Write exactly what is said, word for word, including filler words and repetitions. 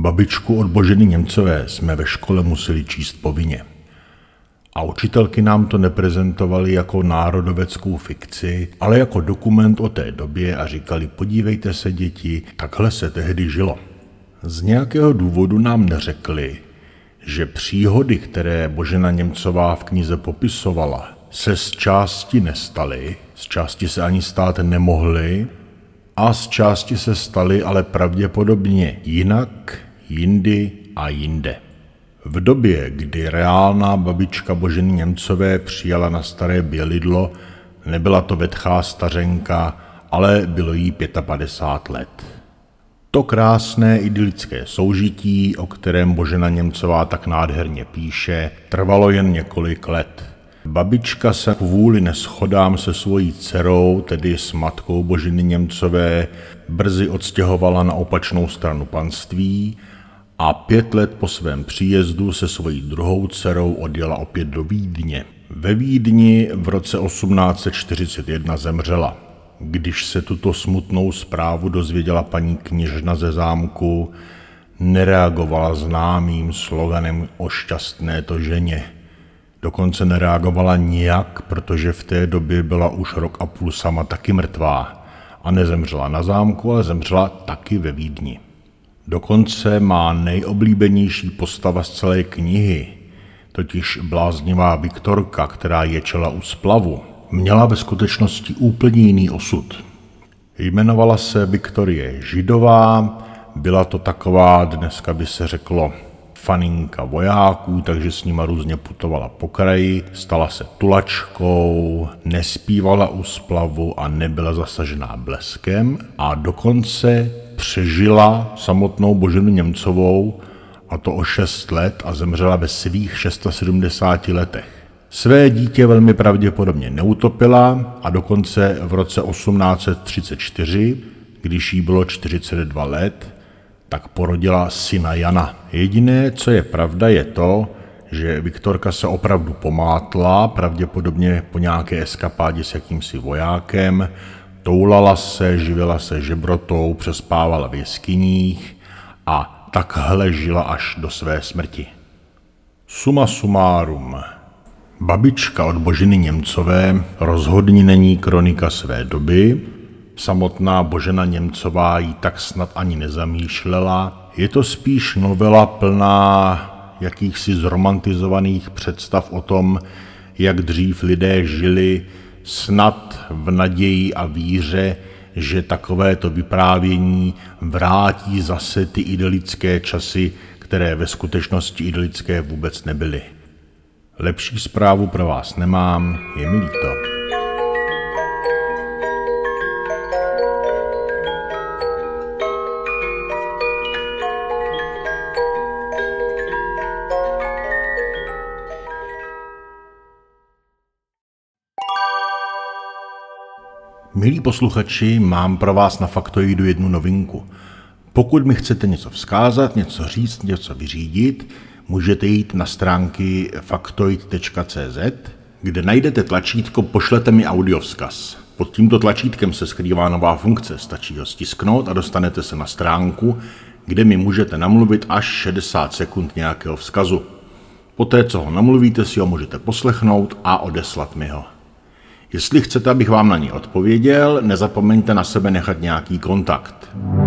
Babičku od Boženy Němcové jsme ve škole museli číst povinně. A učitelky nám to neprezentovaly jako národoveckou fikci, ale jako dokument o té době a říkali: podívejte se, děti, takhle se tehdy žilo. Z nějakého důvodu nám neřekli, že příhody, které Božena Němcová v knize popisovala, se z části nestaly, z části se ani stát nemohly a z části se staly, ale pravděpodobně jinak, jindy a jinde. V době, kdy reálná babička Boženy Němcové přijala na Staré Bělidlo, nebyla to vetchá stařenka, ale bylo jí padesát pět let. To krásné idylické soužití, o kterém Božena Němcová tak nádherně píše, trvalo jen několik let. Babička se kvůli neshodám se svojí dcerou, tedy s matkou Boženy Němcové, brzy odstěhovala na opačnou stranu panství a pět let po svém příjezdu se svojí druhou dcerou odjela opět do Vídně. Ve Vídni v roce osmnáct set čtyřicet jedna zemřela. Když se tuto smutnou zprávu dozvěděla paní kněžna ze zámku, nereagovala známým sloganem o šťastné to ženě. Dokonce nereagovala nijak, protože v té době byla už rok a půl sama taky mrtvá a nezemřela na zámku, ale zemřela taky ve Vídni. Dokonce má nejoblíbenější postava z celé knihy, totiž bláznivá Viktorka, která ječela u splavu, měla ve skutečnosti úplně jiný osud. Jmenovala se Viktorie Židová, byla to taková, dneska by se řeklo, faninka vojáků, takže s nima různě putovala po kraji, stala se tulačkou, nespívala u splavu a nebyla zasažená bleskem a dokonce přežila samotnou Boženu Němcovou, a to o šest let, a zemřela ve svých sedmdesáti šesti letech. Své dítě velmi pravděpodobně neutopila a dokonce v roce osmnáct set třicet čtyři, když jí bylo čtyřicet dva let, tak porodila syna Jana. Jediné, co je pravda, je to, že Viktorka se opravdu pomátla, pravděpodobně po nějaké eskapádě s jakýmsi vojákem, toulala se, živila se žebrotou, přespávala v jeskyních a takhle žila až do své smrti. Suma sumárum. Babička od Boženy Němcové rozhodně není kronika své doby, samotná Božena Němcová ji tak snad ani nezamýšlela, je to spíš novela plná jakýchsi zromantizovaných představ o tom, jak dřív lidé žili, snad v naději a víře, že takovéto vyprávění vrátí zase ty idylické časy, které ve skutečnosti idylické vůbec nebyly. Lepší zprávu pro vás nemám, je mi líto. Milí posluchači, mám pro vás na Faktoidu jednu novinku. Pokud mi chcete něco vzkázat, něco říct, něco vyřídit, můžete jít na stránky faktoid tečka cé zet, kde najdete tlačítko Pošlete mi audiovzkaz. Pod tímto tlačítkem se skrývá nová funkce, stačí ho stisknout a dostanete se na stránku, kde mi můžete namluvit až šedesát sekund nějakého vzkazu. Poté, co ho namluvíte, si ho můžete poslechnout a odeslat mi ho. Jestli chcete, abych vám na ní odpověděl, nezapomeňte na sebe nechat nějaký kontakt.